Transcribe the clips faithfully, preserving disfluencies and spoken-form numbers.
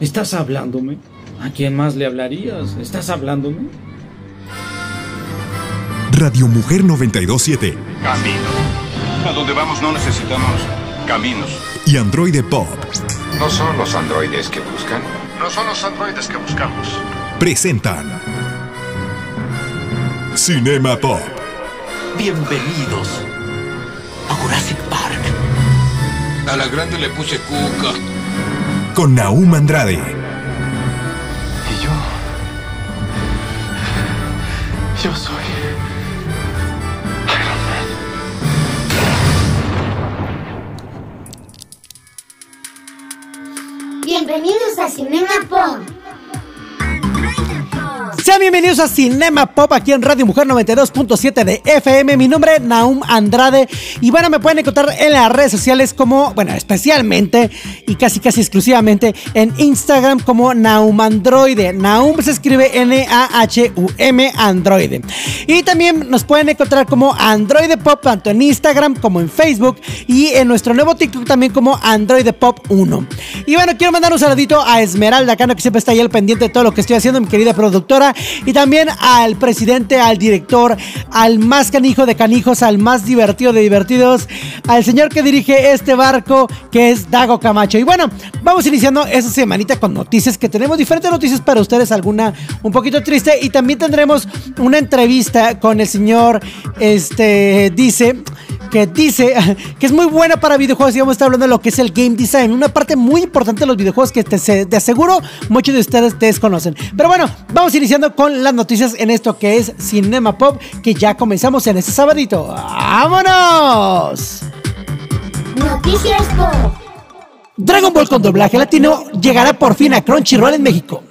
¿Estás hablándome? ¿A quién más le hablarías? ¿Estás hablándome? Radio Mujer noventa y dos punto siete. Camino. A donde vamos no necesitamos caminos. Y Androide Pop. No son los androides que buscan. No son los androides que buscamos. Presentan Cinema Pop. Bienvenidos a Jurassic Park. A la grande le puse cuca. Con Nahum Andrade. Y yo... Yo soy... Iron Man. Bienvenidos a Cinema Pop. Sean bienvenidos a Cinema Pop aquí en Radio Mujer noventa y dos punto siete de F M. Mi nombre es Nahum Andrade y bueno, me pueden encontrar en las redes sociales como, bueno, especialmente y casi casi exclusivamente en Instagram como Nahum Androide. Nahum se escribe N A H U M Androide. Y también nos pueden encontrar como Androide Pop tanto en Instagram como en Facebook y en nuestro nuevo TikTok también como Androide Pop uno. Y bueno, quiero mandar un saludito a Esmeralda Cano, que siempre está ahí al pendiente de todo lo que estoy haciendo, mi querida productora. Y también al presidente, al director, al más canijo de canijos, al más divertido de divertidos, al señor que dirige este barco, que es Dago Camacho. Y bueno, vamos iniciando esta semanita con noticias, que tenemos diferentes noticias para ustedes, alguna un poquito triste, y también tendremos una entrevista con el señor, este, dice... que dice que es muy buena para videojuegos y vamos a estar hablando de lo que es el game design, una parte muy importante de los videojuegos que te, de aseguro muchos de ustedes desconocen. Pero bueno, vamos iniciando con las noticias en esto que es Cinema Pop, que ya comenzamos en este sabadito. ¡Vámonos! Noticias Pop. Dragon Ball con doblaje latino llegará por fin a Crunchyroll en México.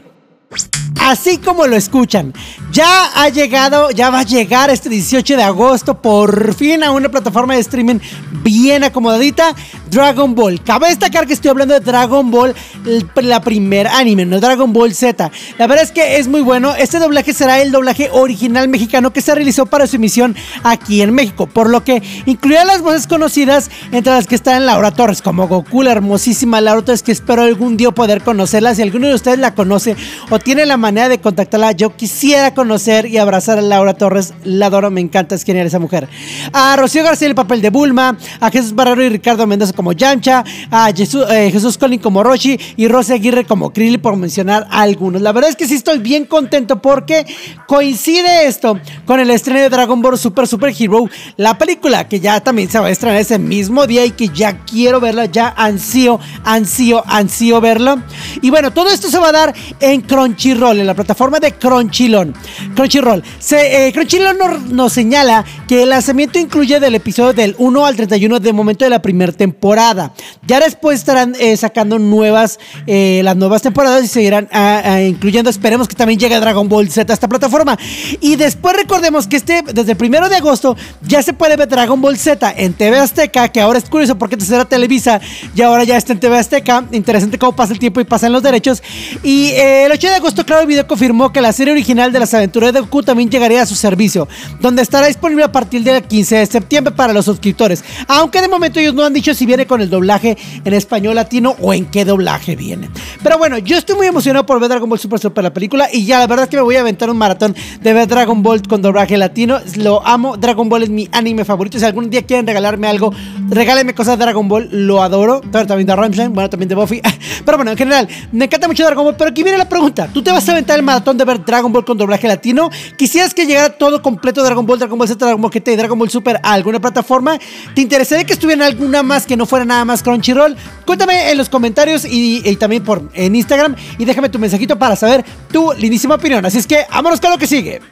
Así como lo escuchan, ya ha llegado, ya va a llegar este dieciocho de agosto por fin a una plataforma de streaming bien acomodadita, Dragon Ball. Cabe destacar que estoy hablando de Dragon Ball, la primer anime, no Dragon Ball Z. La verdad es que es muy bueno. Este doblaje será el doblaje original mexicano que se realizó para su emisión aquí en México, por lo que incluirá las voces conocidas, entre las que están Laura Torres como Goku, la hermosísima Laura Torres, que espero algún día poder conocerla. Si alguno de ustedes la conoce o tiene la manera de contactarla, yo quisiera conocer y abrazar a Laura Torres. La adoro, me encanta, es genial esa mujer. A Rocío García en el papel de Bulma, a Jesús Barrero y Ricardo Mendoza como Yamcha, a Jesús, eh, Jesús Colin como Roshi y Rosy Aguirre como Krill, por mencionar algunos. La verdad es que sí estoy bien contento porque coincide esto con el estreno de Dragon Ball Super Super Hero, la película que ya también se va a estrenar ese mismo día y que ya quiero verla, ya ansío, ansío, ansío verla. Y bueno, todo esto se va a dar en Crunchyroll, en la plataforma de Crunchyroll. Crunchyroll. Se, eh, Crunchyroll nos, nos señala que el lanzamiento incluye del episodio del uno al treinta y uno de momento de la primera temporada. Ya después estarán eh, sacando nuevas, eh, las nuevas temporadas y seguirán a, a, incluyendo, esperemos que también llegue Dragon Ball Z a esta plataforma. Y después recordemos que este, desde el primero de agosto ya se puede ver Dragon Ball Z en T V Azteca, que ahora es curioso porque antes era Televisa y ahora ya está en T V Azteca. Interesante cómo pasa el tiempo y pasan los derechos. Y eh, el ocho de agosto, claro, el video confirmó que la serie original de las aventuras de Goku también llegaría a su servicio, donde estará disponible a partir del quince de septiembre para los suscriptores, aunque de momento ellos no han dicho si viene con el doblaje en español latino o en qué doblaje viene. Pero bueno, yo estoy muy emocionado por ver Dragon Ball Super Super, la película, y ya la verdad es que me voy a aventar un maratón de ver Dragon Ball con doblaje latino. Lo amo, Dragon Ball es mi anime favorito. Si algún día quieren regalarme algo, regálenme cosas de Dragon Ball, lo adoro. También de Rammstein, bueno, también de Buffy. Pero bueno, en general, me encanta mucho Dragon Ball. Pero aquí viene la pregunta: ¿tú te vas a aventar el maratón de ver Dragon Ball con doblaje latino? ¿Quisieras que llegara todo completo Dragon Ball, Dragon Ball Z, Dragon Ball G T y Dragon Ball Super a alguna plataforma? ¿Te interesaría que estuviera alguna más que no fuera nada más Crunchyroll? Cuéntame en los comentarios y, y también por en Instagram y déjame tu mensajito para saber tu lindísima opinión. Así es que vámonos con lo que sigue.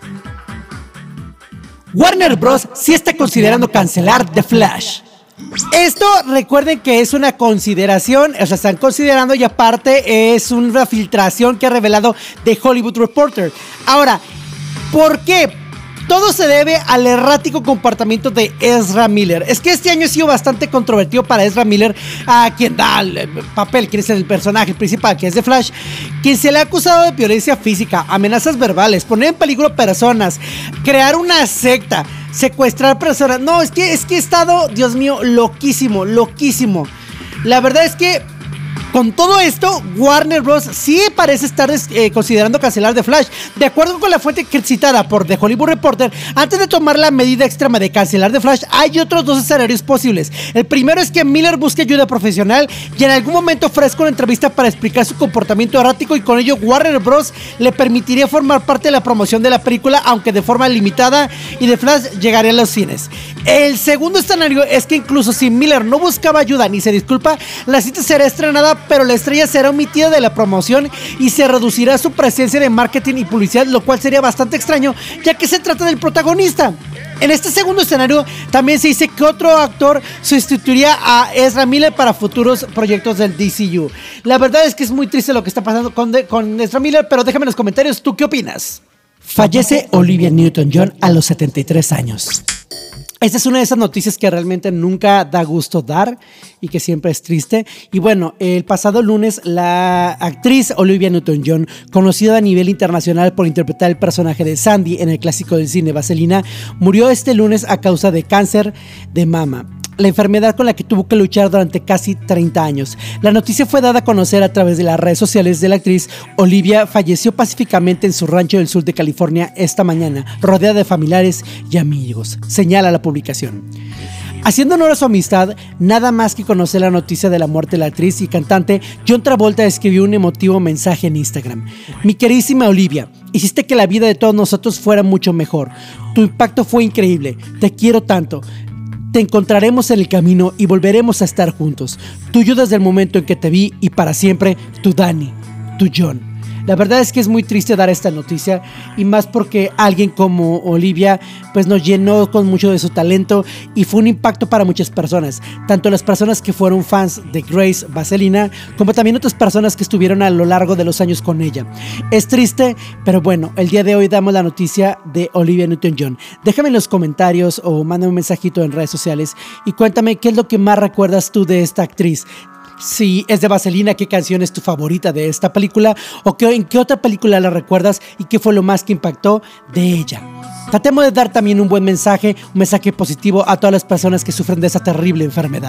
Warner Bros. Sí está considerando cancelar The Flash. Esto recuerden que es una consideración, o sea, están considerando, y aparte es una filtración que ha revelado The Hollywood Reporter. Ahora, ¿por qué? Todo se debe al errático comportamiento de Ezra Miller. Es que este año ha sido bastante controvertido para Ezra Miller, a quien da el papel, quien es el personaje principal, que es The Flash, quien se le ha acusado de violencia física, amenazas verbales, poner en peligro personas, crear una secta, secuestrar personas. No, es que, es que he estado, Dios mío, loquísimo, loquísimo. La verdad es que Con todo esto, Warner Bros. Sí parece estar eh, considerando cancelar The Flash. De acuerdo con la fuente citada por The Hollywood Reporter, antes de tomar la medida extrema de cancelar The Flash, hay otros dos escenarios posibles. El primero es que Miller busque ayuda profesional y en algún momento ofrezca una entrevista para explicar su comportamiento errático, y con ello Warner Bros. Le permitiría formar parte de la promoción de la película, aunque de forma limitada, y The Flash llegaría a los cines. El segundo escenario es que incluso si Miller no buscaba ayuda ni se disculpa, la cinta será estrenada, pero la estrella será omitida de la promoción y se reducirá su presencia de marketing y publicidad, lo cual sería bastante extraño, ya que se trata del protagonista. En este segundo escenario también se dice que otro actor sustituiría a Ezra Miller para futuros proyectos del D C U. La verdad es que es muy triste lo que está pasando con, de, con Ezra Miller, pero déjame en los comentarios, ¿tú qué opinas? Fallece Olivia Newton-John a los setenta y tres años. Esta es una de esas noticias que realmente nunca da gusto dar y que siempre es triste. Y bueno, el pasado lunes la actriz Olivia Newton-John, conocida a nivel internacional por interpretar el personaje de Sandy en el clásico del cine Vaselina, murió este lunes a causa de cáncer de mama, la enfermedad con la que tuvo que luchar durante casi treinta años. La noticia fue dada a conocer a través de las redes sociales de la actriz. Olivia falleció pacíficamente en su rancho del sur de California esta mañana, rodeada de familiares y amigos, señala la publicación. Haciendo honor a su amistad, nada más que conocer la noticia de la muerte de la actriz y cantante, John Travolta escribió un emotivo mensaje en Instagram. Mi queridísima Olivia, hiciste que la vida de todos nosotros fuera mucho mejor. Tu impacto fue increíble. Te quiero tanto. Te encontraremos en el camino y volveremos a estar juntos. Tuyo desde el momento en que te vi y para siempre, tu Dani, tu John. La verdad es que es muy triste dar esta noticia, y más porque alguien como Olivia pues nos llenó con mucho de su talento y fue un impacto para muchas personas, tanto las personas que fueron fans de Grace Vaselina como también otras personas que estuvieron a lo largo de los años con ella. Es triste, pero bueno, el día de hoy damos la noticia de Olivia Newton-John. Déjame en los comentarios o mándame un mensajito en redes sociales y cuéntame qué es lo que más recuerdas tú de esta actriz. Si es de Vaselina, ¿qué canción es tu favorita de esta película? ¿O qué, en qué otra película la recuerdas y qué fue lo más que impactó de ella? Tratemos de dar también un buen mensaje, un mensaje positivo a todas las personas que sufren de esa terrible enfermedad.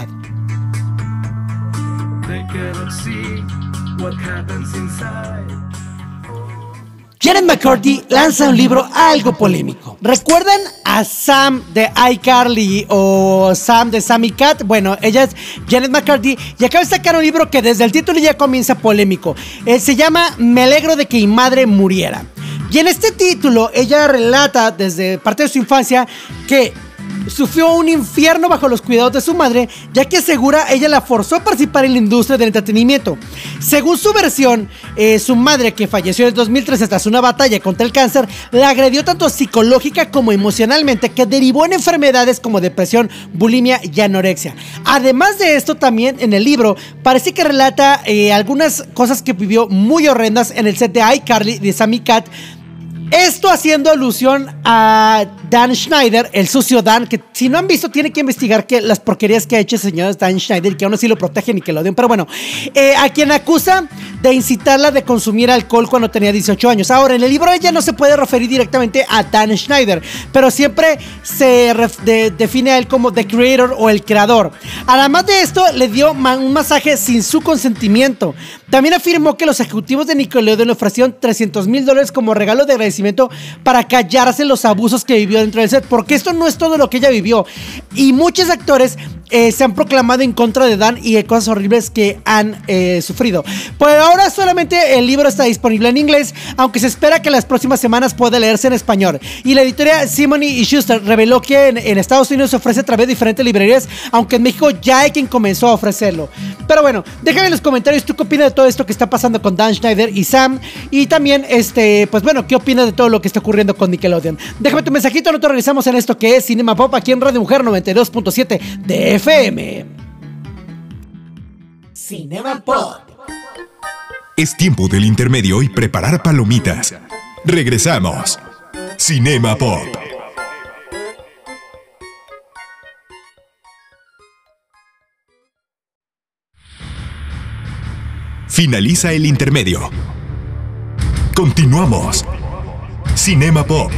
Janet McCarthy lanza un libro algo polémico. ¿Recuerdan a Sam de iCarly o Sam de Sammy Cat? Bueno, ella es Janet McCarthy y acaba de sacar un libro que desde el título ya comienza polémico. Eh, se llama Me alegro de que mi madre muriera. Y en este título ella relata desde parte de su infancia que sufrió un infierno bajo los cuidados de su madre, ya que asegura ella la forzó a participar en la industria del entretenimiento. Según su versión, eh, su madre, que falleció en el dos mil trece tras una batalla contra el cáncer, la agredió tanto psicológica como emocionalmente, que derivó en enfermedades como depresión, bulimia y anorexia. Además de esto, también en el libro parece que relata eh, algunas cosas que vivió muy horrendas en el set de iCarly de Sammy Cat. Esto haciendo alusión a Dan Schneider, el sucio Dan, que si no han visto tiene que investigar que las porquerías que ha hecho el señor Dan Schneider, que aún así lo protegen y que lo odian. Pero bueno, eh, a quien acusa de incitarla de consumir alcohol cuando tenía dieciocho años. Ahora, en el libro ella no se puede referir directamente a Dan Schneider, pero siempre se de, define a él como The Creator o el creador. Además de esto, le dio un masaje sin su consentimiento. También afirmó que los ejecutivos de Nickelodeon le ofrecieron trescientos mil dólares como regalo de agradecimiento para callarse los abusos que vivió dentro del set, porque esto no es todo lo que ella vivió. Y muchos actores eh, se han proclamado en contra de Dan y de cosas horribles que han eh, sufrido. Por ahora solamente el libro está disponible en inglés, aunque se espera que las próximas semanas pueda leerse en español. Y la editorial Simon y Schuster reveló que en, en Estados Unidos se ofrece a través de diferentes librerías, aunque en México ya hay quien comenzó a ofrecerlo. Pero bueno, déjame en los comentarios tú qué opinas de todo esto que está pasando con Dan Schneider y Sam, y también este, pues bueno, qué opinas de todo lo que está ocurriendo con Nickelodeon. Déjame tu mensajito, nosotros regresamos en esto que es Cinema Pop aquí en Radio Mujer noventa y dos punto siete de F M. Cinema Pop. Es tiempo del intermedio y preparar palomitas. Regresamos. Cinema Pop. Finaliza el intermedio. Continuamos. Cinema Pop.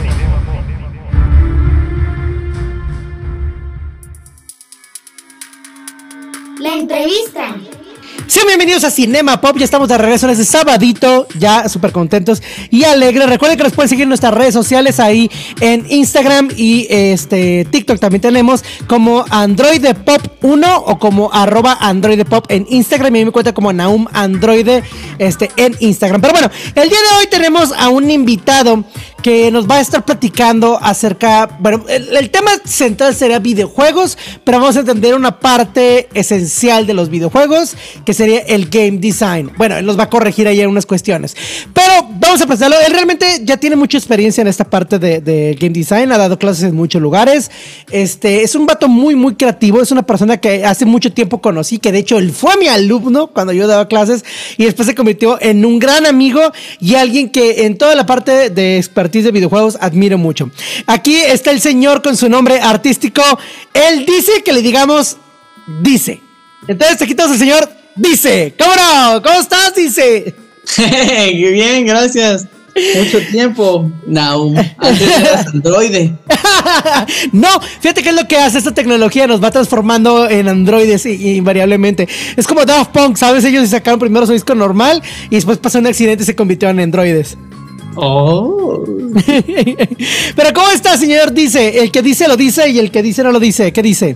La entrevista. Sean bienvenidos a Cinema Pop, ya estamos de regreso en este sabadito, ya súper contentos y alegres. Recuerden que nos pueden seguir en nuestras redes sociales ahí en Instagram y este TikTok también tenemos como Androide Pop uno o como arroba Androide Pop en Instagram, y a mí me cuenta como Naum Androide este, en Instagram. Pero bueno, el día de hoy tenemos a un invitado que nos va a estar platicando acerca, bueno, el, el tema central sería videojuegos, pero vamos a entender una parte esencial de los videojuegos, que sería el game design. Bueno, él nos va a corregir ahí en unas cuestiones, pero vamos a pasarlo. Él realmente ya tiene mucha experiencia en esta parte de, de game design, ha dado clases en muchos lugares, este, es un vato muy, muy creativo, es una persona que hace mucho tiempo conocí, que de hecho él fue mi alumno cuando yo daba clases, y después se convirtió en un gran amigo y alguien que en toda la parte de expertise de videojuegos admiro mucho. Aquí está el señor con su nombre artístico. Él dice que le digamos Dice. Entonces aquí tenemos el señor Dice. ¿Cómo no? ¿Cómo estás, Dice? Qué bien, gracias. Mucho tiempo. Naum, antes eras androide. No, fíjate qué es lo que hace esta tecnología, nos va transformando en androides y, y invariablemente. Es como Daft Punk, ¿sabes? Ellos sacaron primero su disco normal y después pasó un accidente y se convirtieron en androides. Oh. Pero ¿cómo está, señor? Dice, el que dice lo dice y el que dice no lo dice. ¿Qué dice?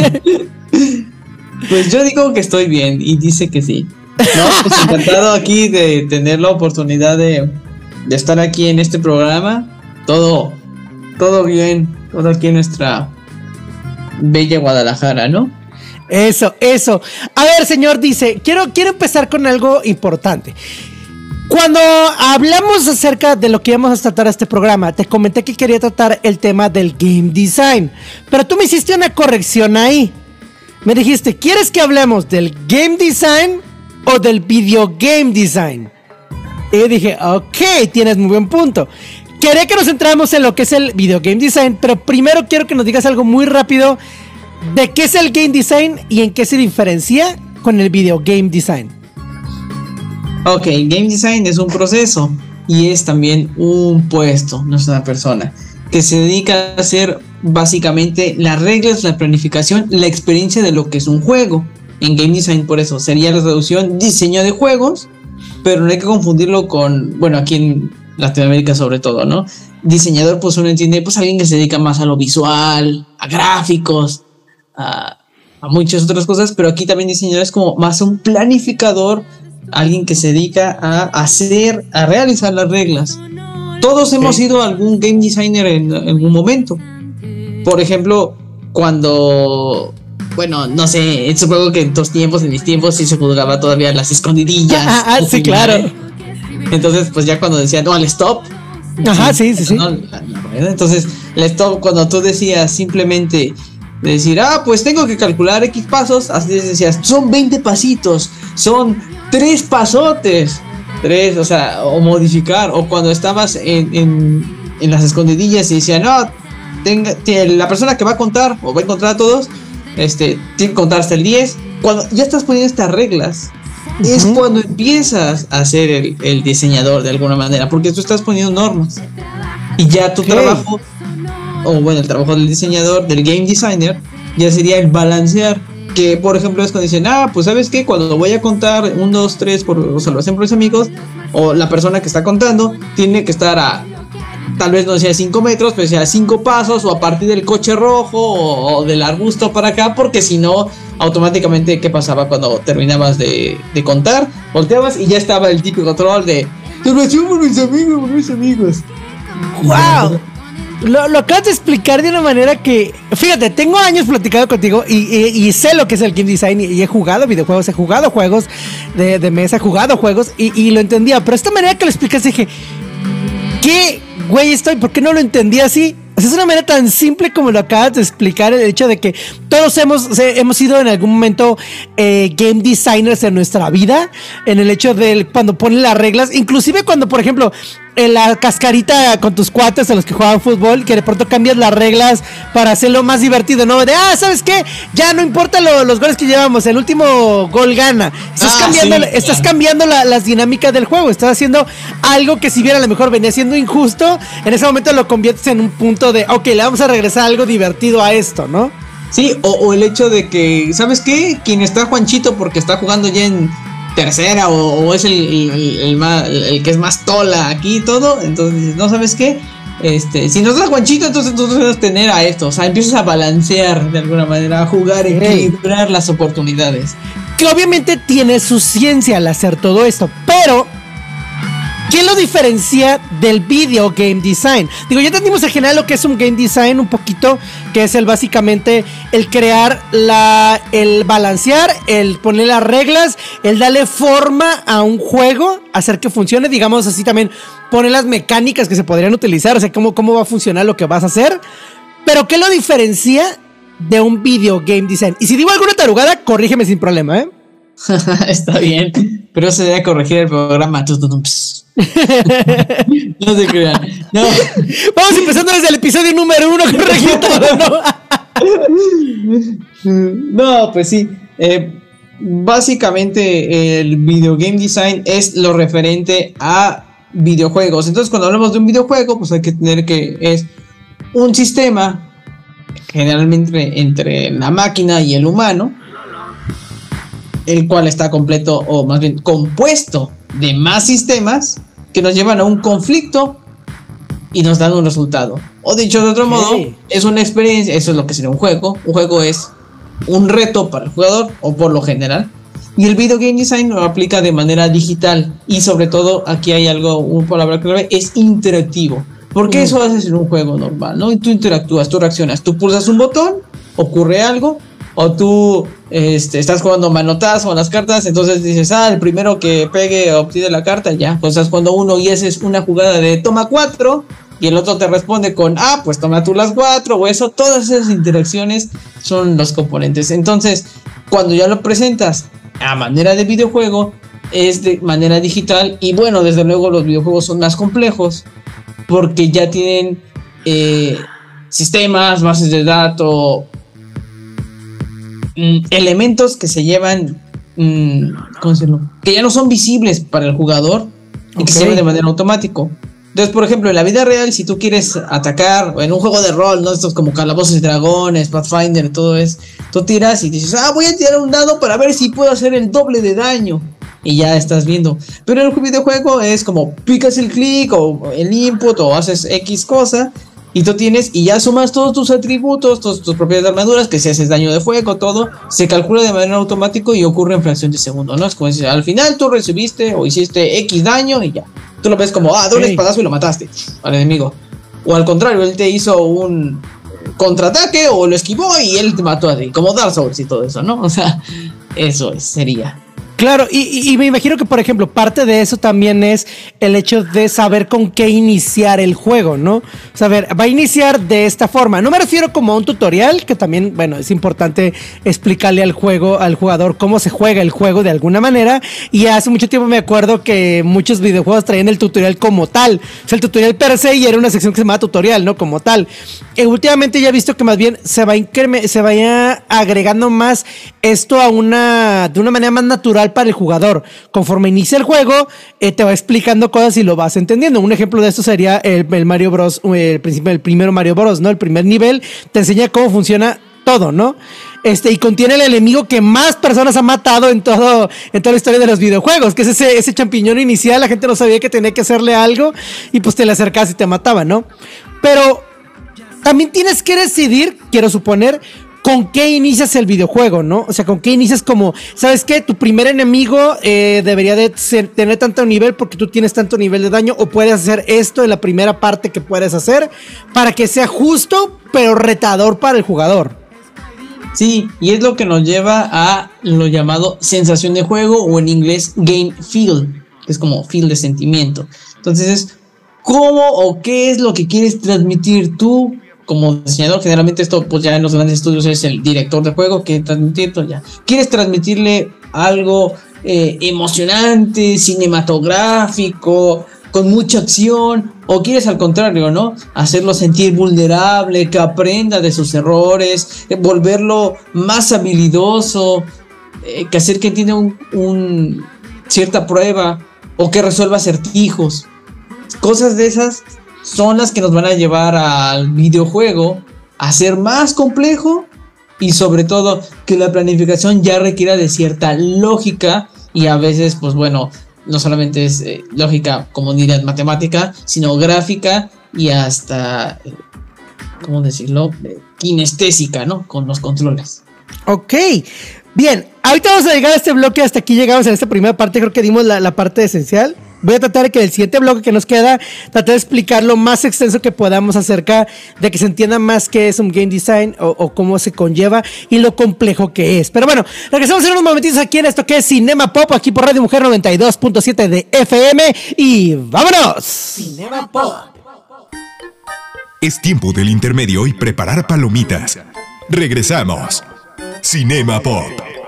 Pues yo digo que estoy bien y dice que sí. No, pues encantado aquí de tener la oportunidad de, de estar aquí en este programa. Todo, todo bien, todo aquí en nuestra bella Guadalajara, ¿no? Eso, eso. A ver, señor, dice, quiero, quiero empezar con algo importante. Cuando hablamos acerca de lo que íbamos a tratar este programa, te comenté que quería tratar el tema del game design, pero tú me hiciste una corrección ahí. Me dijiste, ¿quieres que hablemos del game design o del video game design? Y yo dije, ok, tienes muy buen punto. Quería que nos centráramos en lo que es el video game design, pero primero quiero que nos digas algo muy rápido de qué es el game design y en qué se diferencia con el video game design. Ok, game design es un proceso y es también un puesto, no es una persona, que se dedica a hacer básicamente las reglas, la planificación, la experiencia de lo que es un juego. En game design, por eso, sería la traducción diseño de juegos, pero no hay que confundirlo con, bueno, aquí en Latinoamérica sobre todo, ¿no? Diseñador, pues uno entiende, pues alguien que se dedica más a lo visual, a gráficos, a, a muchas otras cosas, pero aquí también diseñador es como más un planificador, alguien que se dedica a hacer, a realizar las reglas. Todos hemos sido algún game designer en, en algún momento. Por ejemplo, cuando, bueno, no sé, supongo que en tus tiempos, en mis tiempos, sí se jugaba todavía las escondidillas. Ah, ah sí, claro. Entonces, pues ya cuando decían, no, al stop. Ajá, sí, sí, sí. No, entonces, el stop, cuando tú decías simplemente decir, ah, pues tengo que calcular X pasos, así decías, son veinte pasitos, son tres pasotes, tres, o sea, o modificar, o cuando estabas en, en, en las escondidillas y decían, no, tenga, tiene, la persona que va a contar, o va a encontrar a todos, este, tiene que contar hasta el diez, cuando ya estás poniendo estas reglas, uh-huh. es cuando empiezas a ser el, el diseñador de alguna manera, porque tú estás poniendo normas, y ya tu okay. trabajo, o bueno, el trabajo del diseñador, del game designer, ya sería el balancear. Que por ejemplo es cuando dicen, ah, pues sabes qué, cuando voy a contar un, dos, tres, por, o sea, lo hacen por los amigos, o la persona que está contando tiene que estar a, tal vez no sea cinco metros, pero sea cinco pasos, o a partir del coche rojo, o, o del arbusto para acá, porque si no, automáticamente, ¿qué pasaba cuando terminabas de, de contar? Volteabas y ya estaba el típico troll de, salvación por mis amigos, por mis amigos. ¡Wow! Lo, lo acabas de explicar de una manera que, fíjate, tengo años platicando contigo y, y, y sé lo que es el game design y, y he jugado videojuegos, he jugado juegos de, de mesa, he jugado juegos y, y lo entendía, pero esta manera que lo explicas dije, ¿qué güey estoy? ¿Por qué no lo entendía así? O sea, es una manera tan simple como lo acabas de explicar, el hecho de que todos hemos, o sea, hemos sido en algún momento eh, game designers en nuestra vida, en el hecho de cuando ponen las reglas, inclusive cuando, por ejemplo, en la cascarita con tus cuates a los que juegan fútbol, que de pronto cambias las reglas para hacerlo más divertido, ¿no? De, ah, ¿sabes qué? Ya no importa lo, los goles que llevamos, el último gol gana. Estás ah, cambiando, sí, estás claro. cambiando la, las dinámicas del juego, estás haciendo algo que si bien a lo mejor venía siendo injusto, en ese momento lo conviertes en un punto de, ok, le vamos a regresar algo divertido a esto, ¿no? Sí, o, o el hecho de que, ¿sabes qué? Quien está Juanchito porque está jugando ya en tercera o, o es el, el, el, más, el, el que es más tola aquí y todo, entonces, ¿no sabes qué? Este, si nos da Juanchito, entonces nosotros debemos tener a esto, o sea, empiezas a balancear de alguna manera, a jugar, Hey. equilibrar las oportunidades. Que obviamente tiene su ciencia al hacer todo esto, pero ¿qué lo diferencia del video game design? Digo, ya entendimos en general lo que es un game design un poquito, que es el básicamente el crear la, el balancear, el poner las reglas, el darle forma a un juego, hacer que funcione, digamos así también, poner las mecánicas que se podrían utilizar, o sea, cómo, cómo va a funcionar lo que vas a hacer. Pero ¿qué lo diferencia de un video game design? Y si digo alguna tarugada, corrígeme sin problema, ¿eh? Está bien, pero se debe corregir el programa. No se crean. No. Vamos empezando desde el episodio número uno, corregir todo, ¿no? No, pues sí. Eh, básicamente el video game design es lo referente a videojuegos. Entonces, cuando hablamos de un videojuego, pues hay que tener que es un sistema, generalmente entre la máquina y el humano, el cual está completo, o más bien compuesto de más sistemas que nos llevan a un conflicto y nos dan un resultado. O dicho de otro Okay. modo, es una experiencia, eso es lo que sería un juego. Un juego es un reto para el jugador, o por lo general. Y el video game design lo aplica de manera digital. Y sobre todo, aquí hay algo, una palabra clave, es interactivo. Porque mm. eso haces en un juego normal, ¿no? Y tú interactúas, tú reaccionas, tú pulsas un botón, ocurre algo, o tú este, estás jugando manotazo a las cartas, entonces dices, ah, el primero que pegue obtiene la carta, ya. Pues estás jugando uno y esa es una jugada de toma cuatro, y el otro te responde con, ah, pues toma tú las cuatro, o eso. Todas esas interacciones son los componentes. Entonces, cuando ya lo presentas a manera de videojuego, es de manera digital. Y bueno, desde luego los videojuegos son más complejos, porque ya tienen eh, sistemas, bases de datos, mm, elementos que se llevan, mm, ¿cómo decirlo? Que ya no son visibles para el jugador y okay. que se llevan de manera automática. Entonces, por ejemplo, en la vida real, si tú quieres atacar, o en un juego de rol, ¿no? Estos como Calabozos y Dragones, Pathfinder, todo eso, tú tiras y dices, ah, voy a tirar un dado para ver si puedo hacer el doble de daño. Y ya estás viendo. Pero en el videojuego es como picas el clic o el input o haces X cosa y tú tienes y ya sumas todos tus atributos, todas tus propiedades de armaduras, que si haces daño de fuego, todo se calcula de manera automática y ocurre en fracción de segundo, ¿no? Es como decir, al final tú recibiste o hiciste X daño y ya. Tú lo ves como, ah, doble espadazo y lo mataste al enemigo. O al contrario, él te hizo un contraataque o lo esquivó y él te mató a ti, como Dark Souls y todo eso, ¿no? O sea, eso es, sería. Claro, y, y, y me imagino que, por ejemplo, parte de eso también es el hecho de saber con qué iniciar el juego, ¿no? Saber, va a iniciar de esta forma. No me refiero como a un tutorial, que también, bueno, es importante explicarle al juego, al jugador, cómo se juega el juego de alguna manera. Y hace mucho tiempo me acuerdo que muchos videojuegos traían el tutorial como tal. O sea, el tutorial per se y era una sección que se llama tutorial, ¿no? Como tal. Y últimamente ya he visto que más bien se va, se vaya agregando más esto a una, de una manera más natural para el jugador. Conforme inicia el juego, eh, te va explicando cosas y lo vas entendiendo. Un ejemplo de esto sería el, el Mario Bros, el principio, el primero Mario Bros, ¿no? El primer nivel te enseña cómo funciona todo, ¿no? Este, y contiene el enemigo que más personas ha matado en todo, en toda la historia de los videojuegos, que es ese, ese champiñón inicial. La gente no sabía que tenía que hacerle algo y pues te le acercas y te mataba, ¿no? Pero también tienes que decidir, quiero suponer, con qué inicias el videojuego, ¿no? O sea, con qué inicias como, ¿sabes qué? Tu primer enemigo eh, debería de ser, tener tanto nivel porque tú tienes tanto nivel de daño, o puedes hacer esto en la primera parte que puedes hacer para que sea justo, pero retador para el jugador. Sí, y es lo que nos lleva a lo llamado sensación de juego, o en inglés game feel, que es como feel de sentimiento. Entonces es cómo o qué es lo que quieres transmitir tú como diseñador. Generalmente esto pues ya en los grandes estudios es el director de juego que transmitir todo ya. Quieres transmitirle algo eh, emocionante, cinematográfico, con mucha acción, o quieres al contrario, ¿no? Hacerlo sentir vulnerable, que aprenda de sus errores, eh, volverlo más habilidoso, eh, que hacer que entienda un, un cierta prueba, o que resuelva acertijos. Cosas de esas son las que nos van a llevar al videojuego a ser más complejo y sobre todo que la planificación ya requiera de cierta lógica y a veces pues bueno, no solamente es eh, lógica como dirían matemática, sino gráfica y hasta, eh, ¿cómo decirlo? Eh, kinestésica, ¿no? Con los controles. Ok, bien, ahorita vamos a llegar a este bloque, hasta aquí llegamos en esta primera parte, creo que dimos la, la parte esencial. Voy a tratar de que el siguiente bloque que nos queda, tratar de explicar lo más extenso que podamos acerca de que se entienda más qué es un game design o, o cómo se conlleva y lo complejo que es. Pero bueno, regresamos en unos momentitos aquí en esto que es Cinema Pop, aquí por Radio Mujer noventa y dos punto siete de F M y ¡vámonos! Cinema Pop. Es tiempo del intermedio y preparar palomitas. Regresamos. Cinema Pop.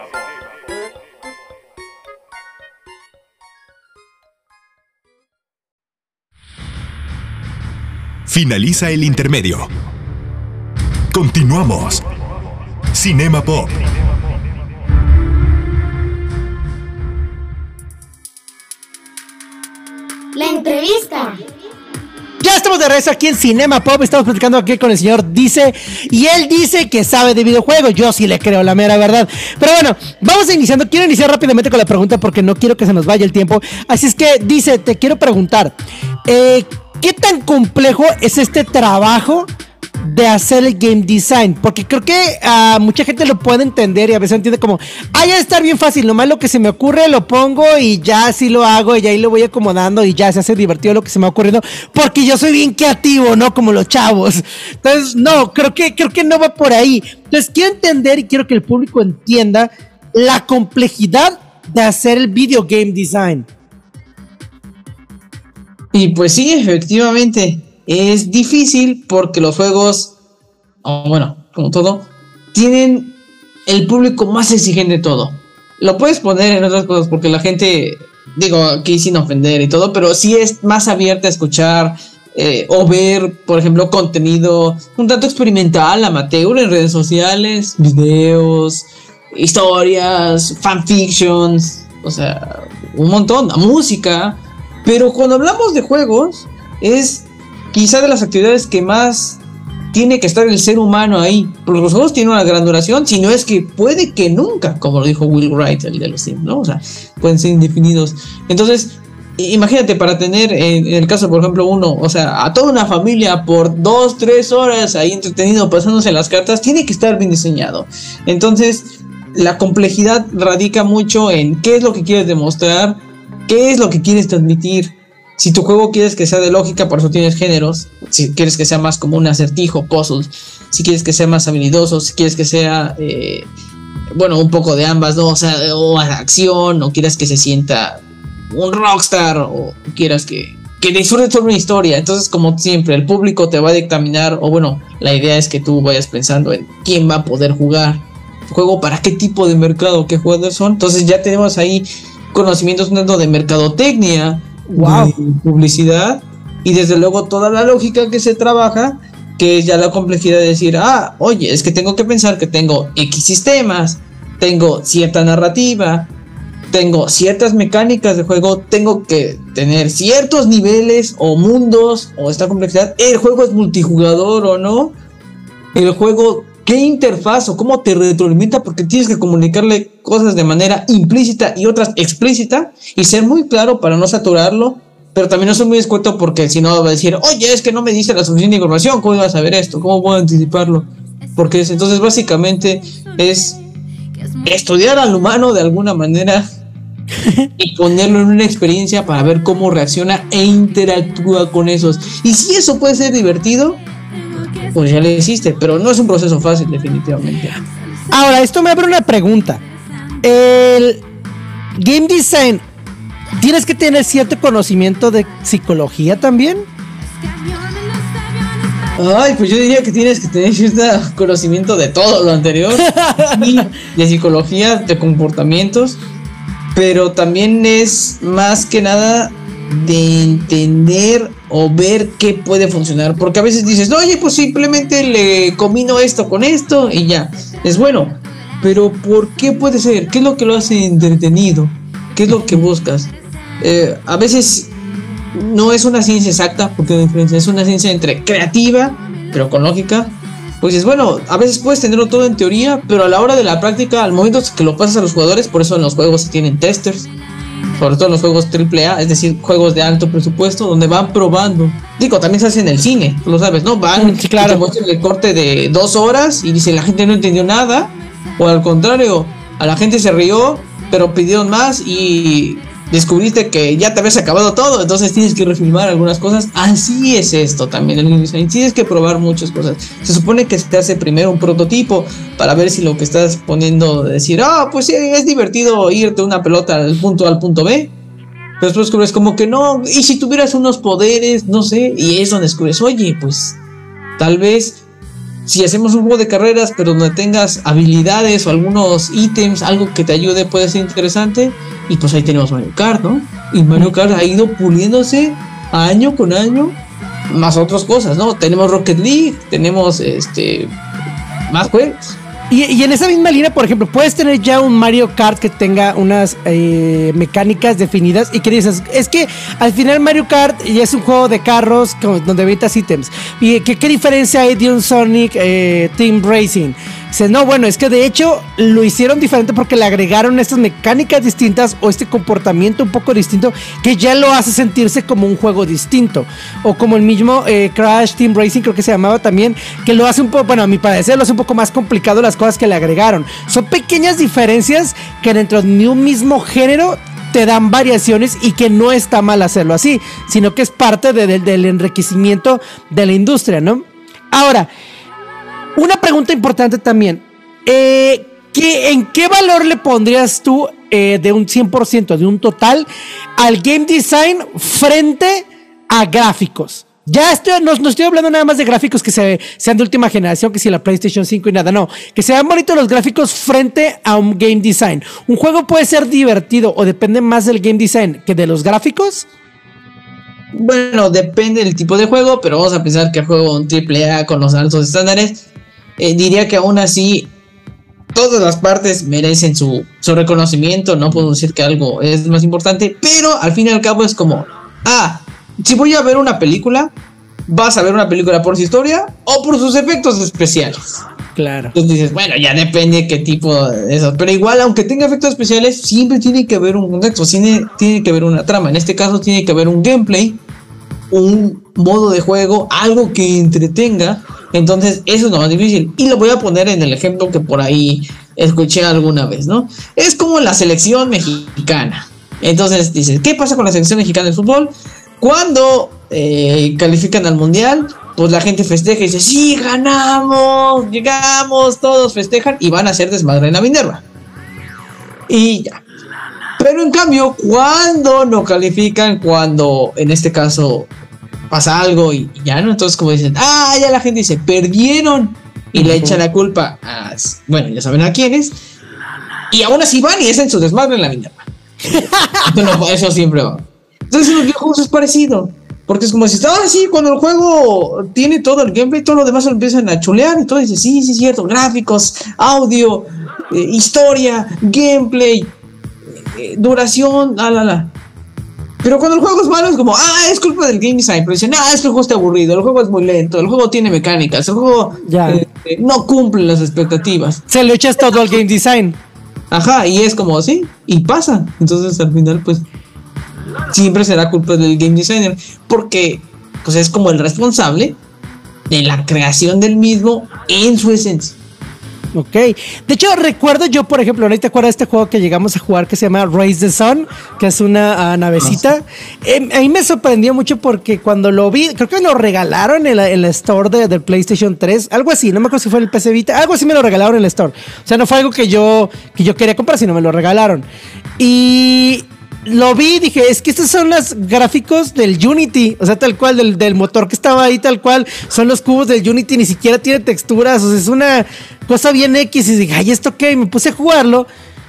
Finaliza el intermedio. Continuamos. Cinema Pop. La entrevista. Ya estamos de regreso aquí en Cinema Pop, estamos platicando aquí con el señor Dice, y él dice que sabe de videojuegos, yo sí le creo, la mera verdad. Pero bueno, vamos iniciando, quiero iniciar rápidamente con la pregunta porque no quiero que se nos vaya el tiempo. Así es que, Dice, te quiero preguntar, eh, ¿qué tan complejo es este trabajo de hacer el game design? Porque creo que uh, mucha gente lo puede entender y a veces entiende como, ah, ya está bien fácil, nomás lo que se me ocurre lo pongo y ya así lo hago y ahí lo voy acomodando y ya se hace divertido lo que se me va ocurriendo porque yo soy bien creativo, ¿no? Como los chavos. Entonces, no, creo que, creo que no va por ahí. Entonces, quiero entender y quiero que el público entienda la complejidad de hacer el video game design. Y pues sí, efectivamente. Es difícil porque los juegos, oh, bueno, como todo, tienen el público más exigente de todo. Lo puedes poner en otras cosas porque la gente, digo, aquí sin ofender y todo, pero sí es más abierta a escuchar eh, o ver, por ejemplo, contenido un tanto experimental, amateur en redes sociales, videos, historias, fanfictions, o sea, un montón, música. Pero cuando hablamos de juegos, es quizá de las actividades que más tiene que estar el ser humano ahí, porque los juegos tienen una gran duración, si no es que puede que nunca, como lo dijo Will Wright, el de los Sims, ¿no? O sea, pueden ser indefinidos. Entonces, imagínate, para tener, en, en el caso, por ejemplo, uno, o sea, a toda una familia por dos, tres horas ahí entretenido, pasándose las cartas, tiene que estar bien diseñado. Entonces, la complejidad radica mucho en qué es lo que quieres demostrar, qué es lo que quieres transmitir. Si tu juego quieres que sea de lógica, por eso tienes géneros. Si quieres que sea más como un acertijo, puzzles. Si quieres que sea más habilidoso, si quieres que sea, eh, bueno, un poco de ambas, ¿no? O sea, o acción, o quieras que se sienta un rockstar, o quieras que, que disfrutes sobre una historia. Entonces, como siempre, el público te va a dictaminar, o bueno, la idea es que tú vayas pensando en quién va a poder jugar tu juego, para qué tipo de mercado, qué jugadores son. Entonces ya tenemos ahí conocimientos un tanto de mercadotecnia, wow, de publicidad, y desde luego toda la lógica que se trabaja, que es ya la complejidad de decir, ah, oye, es que tengo que pensar que tengo X sistemas, tengo cierta narrativa, tengo ciertas mecánicas de juego, tengo que tener ciertos niveles o mundos o esta complejidad, el juego es multijugador o no, el juego, qué interfaz o cómo te retroalimenta, porque tienes que comunicarle cosas de manera implícita y otras explícita y ser muy claro para no saturarlo, pero también no ser muy escueto porque si no va a decir, oye, es que no me diste la suficiente información, ¿cómo iba a saber esto? ¿Cómo puedo anticiparlo? Porque es, entonces básicamente es estudiar al humano de alguna manera y ponerlo en una experiencia para ver cómo reacciona e interactúa con esos. Y si eso puede ser divertido, pues ya le hiciste, pero no es un proceso fácil, definitivamente. Ahora, esto me abre una pregunta. El game design, ¿tienes que tener cierto conocimiento de psicología también? Ay, pues yo diría que tienes que tener cierto conocimiento de todo lo anterior, y de psicología, de comportamientos, pero también es más que nada de entender o ver qué puede funcionar, porque a veces dices, oye, pues simplemente le combino esto con esto y ya, es bueno, pero ¿por qué puede ser? ¿Qué es lo que lo hace entretenido? ¿Qué es lo que buscas? Eh, a veces no es una ciencia exacta, porque la diferencia es una ciencia entre creativa, pero con lógica, pues es bueno, a veces puedes tenerlo todo en teoría, pero a la hora de la práctica, al momento que lo pasas a los jugadores, por eso en los juegos se tienen testers, sobre todo en los juegos triple A, es decir, juegos de alto presupuesto, donde van probando. Digo, también se hace en el cine, tú lo sabes, ¿no? Van, sí, claro. Y te muestran el corte de dos horas y dicen, la gente no entendió nada, o al contrario, a la gente se rió, pero pidieron más y descubriste que ya te habías acabado todo, entonces tienes que refilmar algunas cosas. Así es esto también el game design, tienes que probar muchas cosas. Se supone que se te hace primero un prototipo para ver si lo que estás poniendo, decir, ah, oh, pues sí, es divertido irte una pelota del punto A al punto B, pero después descubres como que no, y si tuvieras unos poderes, no sé, y es donde descubres, oye, pues tal vez si hacemos un juego de carreras, pero donde tengas habilidades o algunos ítems, algo que te ayude, puede ser interesante. Y pues ahí tenemos Mario Kart, ¿no? Y Mario Kart ha ido puliéndose año con año, más otras cosas, ¿no? Tenemos Rocket League, tenemos este más juegos. Y, y en esa misma línea, por ejemplo, puedes tener ya un Mario Kart que tenga unas eh, mecánicas definidas y que dices, es que al final Mario Kart ya es un juego de carros con, donde evitas ítems. ¿Y qué, qué diferencia hay de un Sonic eh, Team Racing? Dices, no, bueno, es que de hecho lo hicieron diferente porque le agregaron estas mecánicas distintas o este comportamiento un poco distinto que ya lo hace sentirse como un juego distinto. O como el mismo eh, Crash Team Racing, creo que se llamaba también, que lo hace un poco, bueno, a mi parecer lo hace un poco más complicado las cosas que le agregaron. Son pequeñas diferencias que dentro de un mismo género te dan variaciones y que no está mal hacerlo así, sino que es parte de, de, del enriquecimiento de la industria, ¿no? Ahora, una pregunta importante también. Eh, ¿qué, ¿En qué valor le pondrías tú eh, de un cien por ciento, de un total, al game design frente a gráficos? Ya estoy, no, no estoy hablando nada más de gráficos que se, sean de última generación, que si la PlayStation cinco y nada, no. Que sean bonitos los gráficos frente a un game design. ¿Un juego puede ser divertido o depende más del game design que de los gráficos? Bueno, depende del tipo de juego, pero vamos a pensar que el juego un triple A con los altos estándares, eh, diría que aún así todas las partes merecen su, su reconocimiento. No puedo decir que algo es más importante, pero al fin y al cabo es como, ah, si voy a ver una película, vas a ver una película por su historia o por sus efectos especiales. Claro. Entonces dices, bueno, ya depende qué tipo de eso. Pero igual, aunque tenga efectos especiales, siempre tiene que haber un contexto, tiene, tiene que haber una trama. En este caso tiene que haber un gameplay, un modo de juego, algo que entretenga. Entonces eso es lo más difícil. Y lo voy a poner en el ejemplo que por ahí escuché alguna vez, ¿no? Es como la selección mexicana. Entonces dices, ¿qué pasa con la selección mexicana de fútbol? Cuando eh, califican al mundial, pues la gente festeja y dice, sí, ganamos, llegamos, todos festejan y van a hacer desmadre en la Minerva. Y ya. Pero en cambio, cuando no califican, cuando en este caso pasa algo y, y ya no, entonces como dicen, ah, ya la gente dice, perdieron. Y uh-huh. le echan la culpa a, bueno, ya saben a quiénes. Y aún así van y hacen su desmadre en la Minerva. Entonces, no, eso siempre va. Entonces en los videojuegos es parecido, porque es como si, ah, sí, cuando el juego tiene todo el gameplay, todo lo demás lo empiezan a chulear y todo, y dices, sí, sí, cierto, gráficos, audio, eh, historia, gameplay, eh, duración, la, la, la. Pero cuando el juego es malo es como, ah, es culpa del game design, pero dicen, ah, es que el juego está aburrido, el juego es muy lento, el juego tiene mecánicas, el juego eh, eh, no cumple las expectativas. Se le echas todo al game design. Ajá, y es como, sí, y pasa. Entonces al final, pues, siempre será culpa del game designer, porque pues es como el responsable de la creación del mismo en su esencia. Ok, de hecho recuerdo yo, por ejemplo, ¿no te acuerdas de este juego que llegamos a jugar que se llama Raise the Sun? Que es una uh, navecita. Eh, a mí me sorprendió mucho porque cuando lo vi, creo que lo regalaron en la, en la store de, del PlayStation tres, algo así, no me acuerdo si fue en el P C Vita, algo así me lo regalaron en la store. O sea, no fue algo que yo, que yo quería comprar, sino me lo regalaron. Y lo vi y dije, es que estos son los gráficos del Unity, o sea, tal cual, del, del motor que estaba ahí, tal cual, son los cubos del Unity, ni siquiera tiene texturas, o sea, es una cosa bien X, y dije, ay, ¿esto qué? Y me puse a jugarlo,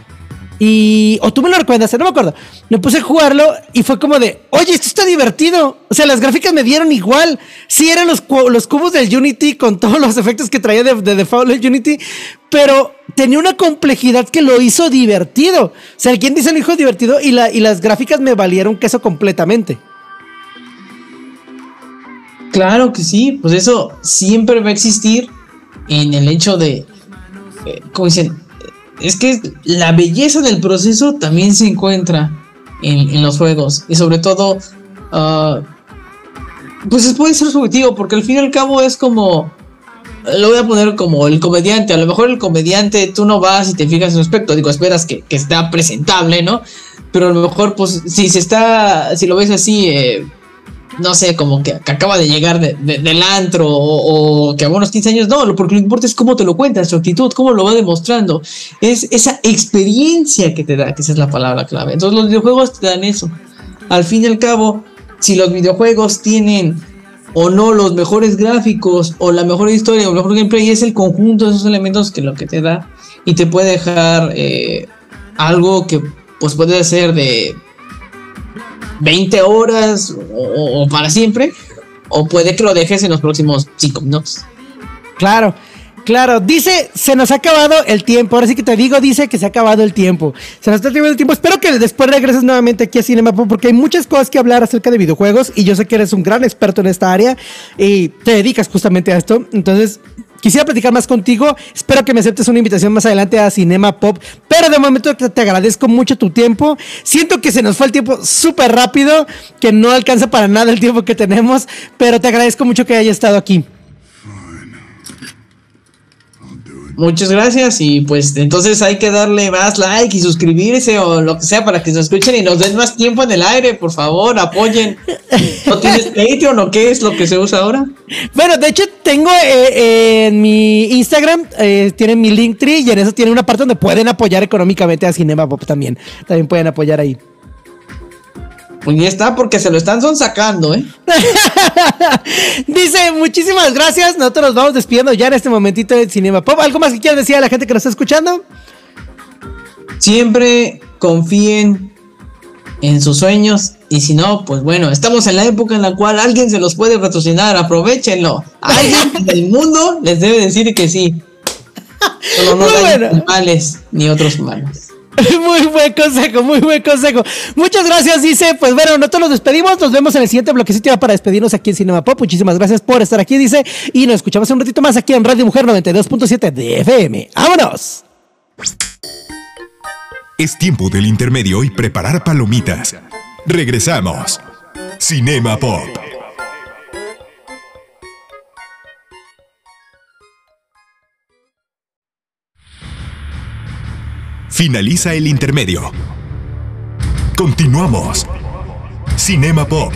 y, o tú me lo recuerdas, no me acuerdo, me puse a jugarlo, y fue como de, oye, esto está divertido, o sea, las gráficas me dieron igual, sí eran los, los cubos del Unity, con todos los efectos que traía de, de default el Unity, pero tenía una complejidad que lo hizo divertido. O sea, alguien dice lo hizo divertido y, la, y las gráficas me valieron queso completamente. Claro que sí, pues eso siempre va a existir en el hecho de, eh, como dicen, es que la belleza del proceso también se encuentra en, en los juegos. Y sobre todo, uh, pues puede ser subjetivo, porque al fin y al cabo es como, lo voy a poner como el comediante. A lo mejor el comediante, tú no vas y te fijas en su aspecto, digo, esperas que, que está presentable, ¿no? Pero a lo mejor, pues, si se está, si lo ves así, eh, no sé, como que, que acaba de llegar de, de, del antro, o, o que a unos quince años, no, porque lo que importa es cómo te lo cuentas, su actitud, cómo lo va demostrando, es esa experiencia que te da, que esa es la palabra clave. Entonces los videojuegos te dan eso. Al fin y al cabo, si los videojuegos tienen o no los mejores gráficos, o la mejor historia, o el mejor gameplay, es el conjunto de esos elementos que lo que te da, y te puede dejar eh, algo que pues puede ser de veinte horas o, o para siempre, o puede que lo dejes en los próximos cinco minutos. Claro, claro. Dice, se nos ha acabado el tiempo. Ahora sí que te digo, dice que se ha acabado el tiempo. Se nos está acabando el tiempo. Espero que después regreses nuevamente aquí a Cinema Pop, porque hay muchas cosas que hablar acerca de videojuegos, y yo sé que eres un gran experto en esta área y te dedicas justamente a esto. Entonces, quisiera platicar más contigo. Espero que me aceptes una invitación más adelante a Cinema Pop. Pero de momento te, te agradezco mucho tu tiempo. Siento que se nos fue el tiempo súper rápido, que no alcanza para nada el tiempo que tenemos. Pero te agradezco mucho que hayas estado aquí. Muchas gracias, y pues entonces hay que darle más like y suscribirse o lo que sea para que nos escuchen y nos den más tiempo en el aire, por favor, apoyen. ¿No tienes Patreon o qué es lo que se usa ahora? Bueno, de hecho tengo eh, eh, en mi Instagram, eh, tienen mi Linktree, y en eso tiene una parte donde pueden apoyar económicamente a Cinema Pop también. También pueden apoyar ahí. Pues ya está, porque se lo están sonsacando, ¿eh? Dice, muchísimas gracias. Nosotros nos vamos despidiendo ya en este momentito de Cinema Pop. ¿Algo más que quieras decir a la gente que nos está escuchando? Siempre confíen en sus sueños, y si no, pues bueno, estamos en la época en la cual alguien se los puede patrocinar, aprovechenlo. Alguien en el mundo les debe decir que sí. Solo no dañen animales ni otros humanos. Muy buen consejo, muy buen consejo. Muchas gracias, dice. Pues bueno, nosotros nos despedimos. Nos vemos en el siguiente bloquecito ya para despedirnos aquí en Cinema Pop. Muchísimas gracias por estar aquí, dice. Y nos escuchamos un ratito más aquí en Radio Mujer noventa y dos punto siete de F M. ¡Vámonos! Es tiempo del intermedio y preparar palomitas. Regresamos. Cinema Pop. Finaliza el intermedio. Continuamos. Cinema Pop.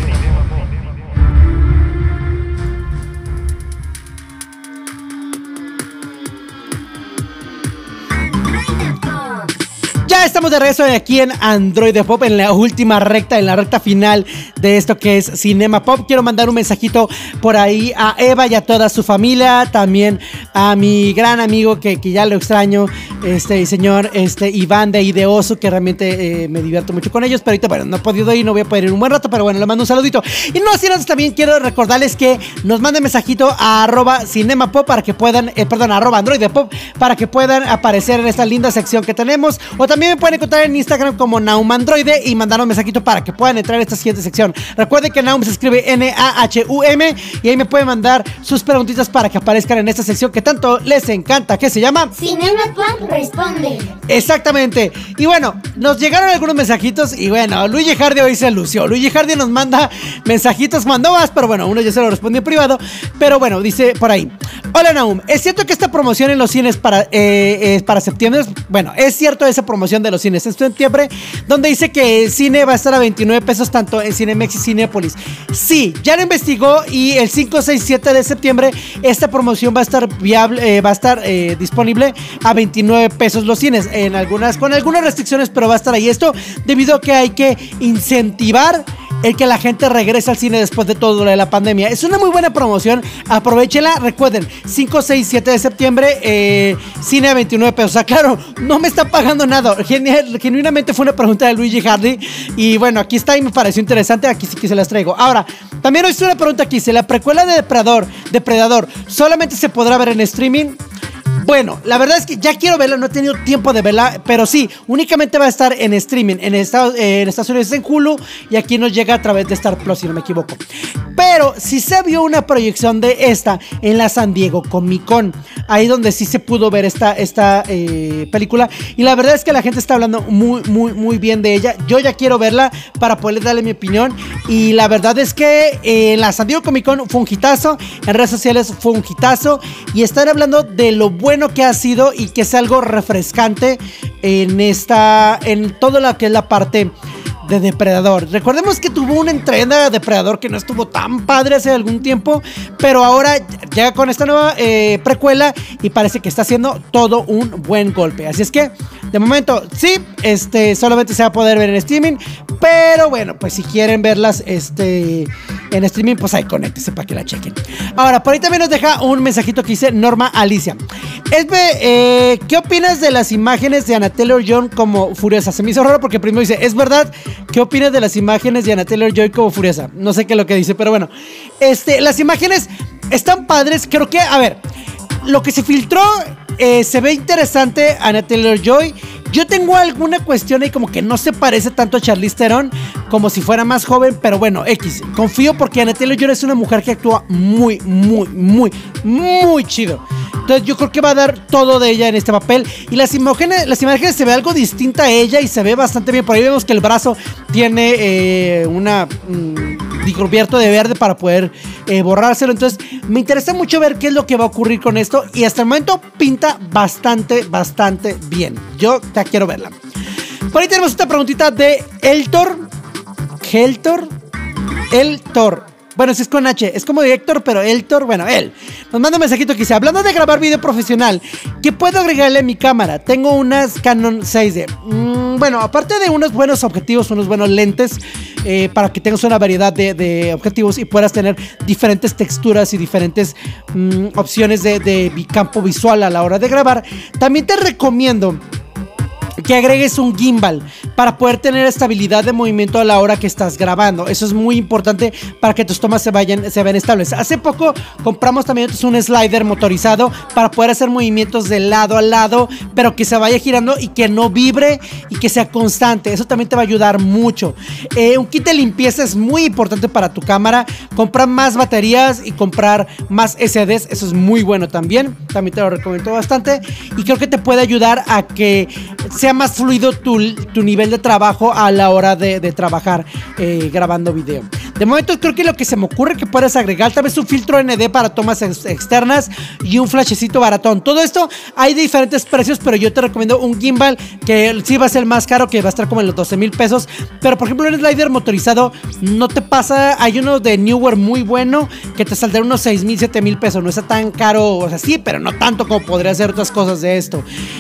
Ya estamos de regreso aquí en Android Pop, en la última recta, en la recta final de esto que es Cinema Pop. Quiero mandar un mensajito por ahí a Eva y a toda su familia, también a mi gran amigo que, que ya lo extraño, este señor este, Iván de Ideoso, que realmente eh, me divierto mucho con ellos, pero ahorita, bueno, no he podido ir, no voy a poder ir un buen rato, pero bueno, le mando un saludito. Y no, así antes también quiero recordarles que nos manden mensajito a arroba Cinema Pop para que puedan, eh, perdón, arroba Android Pop, para que puedan aparecer en esta linda sección que tenemos, o también me pueden encontrar en Instagram como Naum Androide y mandar un mensajito para que puedan entrar en esta siguiente sección. Recuerden que Naum se escribe N A H U M, y ahí me pueden mandar sus preguntitas para que aparezcan en esta sección que tanto les encanta, que se llama Cinema Pop Responde. Exactamente. Y bueno, nos llegaron algunos mensajitos y bueno, Luigi Hardy hoy se lució. Luigi Hardy nos manda mensajitos, mandó más, pero bueno, uno ya se lo respondió en privado. Pero bueno, dice por ahí: hola Naum, ¿es cierto que esta promoción en los cines para, eh, es para septiembre? Bueno, es cierto esa promoción de los cines en septiembre, donde dice que el cine va a estar a veintinueve pesos tanto en Cinemex y Cinépolis. Sí, ya lo investigó, y el cinco, seis, siete de septiembre esta promoción va a estar viable, eh, va a estar eh, disponible a veintinueve pesos los cines, en algunas, con algunas restricciones, pero va a estar ahí. Esto debido a que hay que incentivar el que la gente regrese al cine después de todo lo de la pandemia. Es una muy buena promoción, aprovechenla. Recuerden, cinco, seis, siete de septiembre, eh, cine a veintinueve pesos. O sea, claro, no me está pagando nada. Genial, genuinamente fue una pregunta de Luigi Hardy, y bueno, aquí está y me pareció interesante. Aquí sí que se las traigo. Ahora, también hoy hice una pregunta aquí: si la precuela de Depredador, Depredador solamente se podrá ver en streaming. Bueno, la verdad es que ya quiero verla, no he tenido tiempo de verla, pero sí, únicamente va a estar en streaming. En Estados, eh, en Estados Unidos en Hulu y aquí nos llega a través de Star Plus, si no me equivoco. Pero sí se vio una proyección de esta en la San Diego Comic Con, ahí donde sí se pudo ver esta, esta eh, película. Y la verdad es que la gente está hablando muy, muy, muy bien de ella. Yo ya quiero verla para poder darle mi opinión. Y la verdad es que eh, en la San Diego Comic Con fue un hitazo, en redes sociales fue un hitazo. Y están hablando de lo bueno que ha sido y que es algo refrescante en esta, en todo lo que es la parte de Depredador. Recordemos que tuvo una entrega de Depredador que no estuvo tan padre hace algún tiempo, pero ahora llega con esta nueva eh, precuela y parece que está haciendo todo un buen golpe. Así es que, de momento, sí, este, solamente se va a poder ver en streaming, pero bueno, pues si quieren verlas este, en streaming, pues ahí conéctese para que la chequen. Ahora, por ahí también nos deja un mensajito que dice Norma Alicia. Esbe, eh, ¿qué opinas de las imágenes de Anna Taylor-Joy como Furiosa? Se me hizo raro porque primero dice, ¿es verdad? ¿Qué opinas de las imágenes de Anna Taylor-Joy como Furiosa? No sé qué es lo que dice, pero bueno. Este, las imágenes están padres. Creo que, a ver, lo que se filtró eh, se ve interesante. Anna Taylor-Joy. Yo tengo alguna cuestión ahí como que no se parece tanto a Charlize Theron, como si fuera más joven, pero bueno, X. Confío porque Anna Taylor-Joy es una mujer que actúa muy, muy, muy, muy chido. Entonces yo creo que va a dar todo de ella en este papel. Y las imágenes, las imágenes se ve algo distinta a ella y se ve bastante bien. Por ahí vemos que el brazo tiene eh, una mmm, cubierto de verde para poder eh, borrárselo. Entonces me interesa mucho ver qué es lo que va a ocurrir con esto. Y hasta el momento pinta bastante, bastante bien. Yo ya quiero verla. Por ahí tenemos esta preguntita de Eltor. Heltor. Eltor. Bueno, si es con H, es como de Héctor, pero Eltor, bueno, él nos manda un mensajito que dice, hablando de grabar video profesional, ¿qué puedo agregarle a mi cámara? Tengo unas Canon seis D. Mm, bueno, aparte de unos buenos objetivos, unos buenos lentes, eh, para que tengas una variedad de, de objetivos y puedas tener diferentes texturas y diferentes mm, opciones de, de campo visual a la hora de grabar, también te recomiendo que agregues un gimbal para poder tener estabilidad de movimiento a la hora que estás grabando. Eso es muy importante para que tus tomas se vayan, se vean estables. Hace poco compramos también un slider motorizado para poder hacer movimientos de lado a lado, pero que se vaya girando y que no vibre y que sea constante. Eso también te va a ayudar mucho. Eh, un kit de limpieza es muy importante para tu cámara. Comprar más baterías y comprar más S Ds, eso es muy bueno también. También te lo recomiendo bastante y creo que te puede ayudar a que sea más fluido tu, tu nivel de trabajo a la hora de, de trabajar eh, grabando video. De momento creo que lo que se me ocurre que puedes agregar tal vez un filtro N D para tomas ex externas y un flashecito baratón. Todo esto hay de diferentes precios, pero yo te recomiendo un gimbal que sí va a ser más caro, que va a estar como en los doce mil pesos. Pero por ejemplo un slider motorizado no te pasa. Hay uno de Neewer muy bueno que te saldrá unos seis mil, siete mil pesos. No está tan caro, o sea sí, pero no tanto como podría ser otras cosas de esto.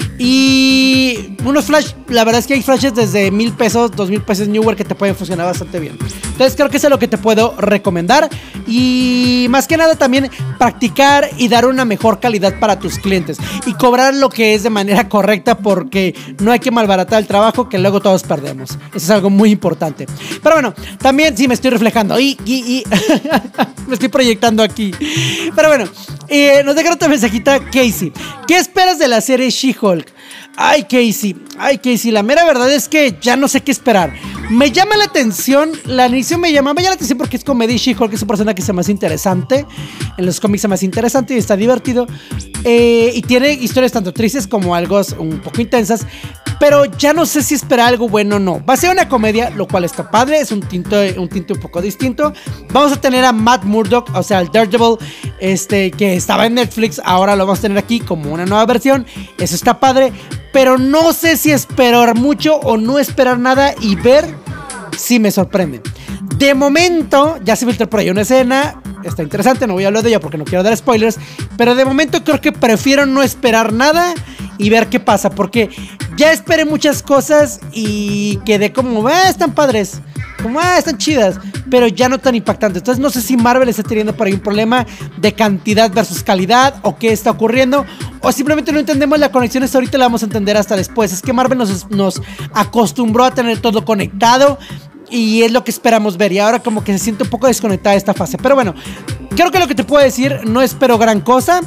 Y unos flash, la verdad es que hay flashes desde mil pesos, dos mil pesos Neewer que te pueden funcionar bastante bien. Entonces creo que eso es lo que te puedo recomendar. Y más que nada también practicar y dar una mejor calidad para tus clientes y cobrar lo que es de manera correcta, porque no hay que malbaratar el trabajo que luego todos perdemos. Eso es algo muy importante. Pero bueno, también sí me estoy reflejando y, y, y me estoy proyectando aquí. Pero bueno, eh, nos dejaron otra mensajita Casey. ¿Qué esperas de la serie She-Hulk? Ay, Casey, ay, Casey, la mera verdad es que ya no sé qué esperar. Me llama la atención, la inicio me llama, me llama la atención porque es comedia y She-Hulk es un personaje que se me hace interesante. En los cómics se me hace interesante y está divertido. Eh, y tiene historias tanto tristes como algo un poco intensas. Pero ya no sé si esperar algo bueno o no. Va a ser una comedia, lo cual está padre. Es un tinte, un tinte un poco distinto. Vamos a tener a Matt Murdock, o sea, el Daredevil, este, que estaba en Netflix. Ahora lo vamos a tener aquí como una nueva versión. Eso está padre. Pero no sé si esperar mucho o no esperar nada y ver si me sorprende. De momento, ya se filtró por ahí una escena. Está interesante, no voy a hablar de ella porque no quiero dar spoilers. Pero de momento creo que prefiero no esperar nada y ver qué pasa, porque ya esperé muchas cosas y quedé como, ah, están padres, como, ah, están chidas, pero ya no tan impactantes. Entonces no sé si Marvel está teniendo por ahí un problema de cantidad versus calidad, o qué está ocurriendo, o simplemente no entendemos la conexión. Esto ahorita la vamos a entender hasta después. Es que Marvel nos, nos acostumbró a tener todo conectado y es lo que esperamos ver, y ahora como que se siente un poco desconectada esta fase. Pero bueno, creo que lo que te puedo decir, no espero gran cosa.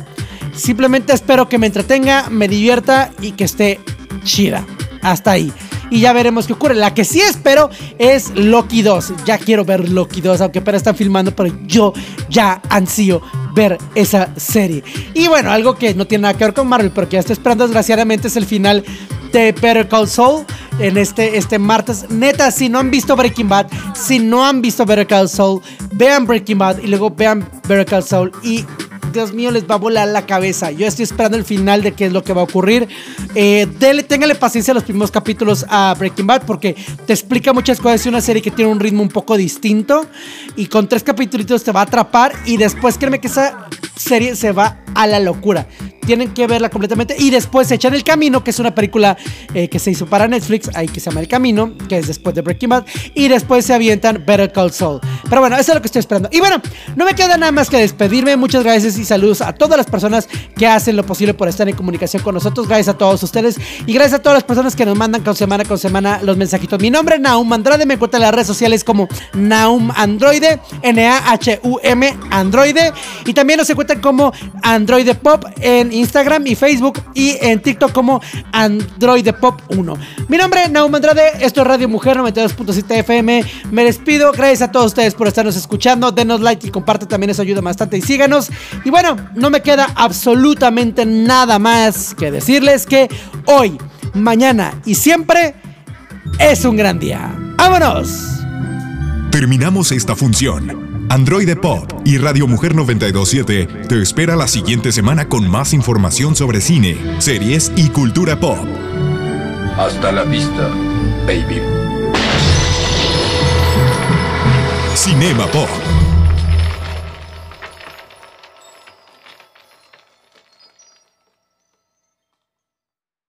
Simplemente espero que me entretenga, me divierta y que esté chida. Hasta ahí. Y ya veremos qué ocurre. La que sí espero es Loki dos. Ya quiero ver Loki dos, aunque apenas están filmando, pero yo ya ansío ver esa serie. Y bueno, algo que no tiene nada que ver con Marvel, pero que ya estoy esperando desgraciadamente, es el final de Better Call Saul en este, este martes. Neta, si no han visto Breaking Bad, si no han visto Better Call Saul, vean Breaking Bad y luego vean Better Call Saul y Dios mío, les va a volar la cabeza. Yo estoy esperando el final de qué es lo que va a ocurrir. Eh, dele, téngale paciencia a los primeros capítulos a Breaking Bad, porque te explica muchas cosas. Es una serie que tiene un ritmo un poco distinto y con tres capítulos te va a atrapar y después créeme que esa serie se va a la locura. Tienen que verla completamente y después se echan El Camino, que es una película eh, que se hizo para Netflix, ahí que se llama El Camino, que es después de Breaking Bad, y después se avientan Better Call Saul. Pero bueno, eso es lo que estoy esperando. Y bueno, no me queda nada más que despedirme. Muchas gracias y saludos a todas las personas que hacen lo posible por estar en comunicación con nosotros. Gracias a todos ustedes y gracias a todas las personas que nos mandan con semana con semana los mensajitos. Mi nombre es Nahum Andrade, me encuentran en las redes sociales como Nahum Androide, N A H U M Androide, y también nos encuentran como Androide Pop en Instagram y Facebook, y en TikTok como Androide Pop uno. Mi nombre es Nahum Andrade, esto es Radio Mujer noventa y dos punto siete F M. Me despido, gracias a todos ustedes por estarnos escuchando. Denos like y compartan, también eso ayuda bastante, y síganos. Y bueno, no me queda absolutamente nada más que decirles que hoy, mañana y siempre es un gran día. ¡Vámonos! Terminamos esta función. Androide Pop y Radio Mujer noventa y dos punto siete te espera la siguiente semana con más información sobre cine, series y cultura pop. Hasta la vista, baby. Cinema Pop.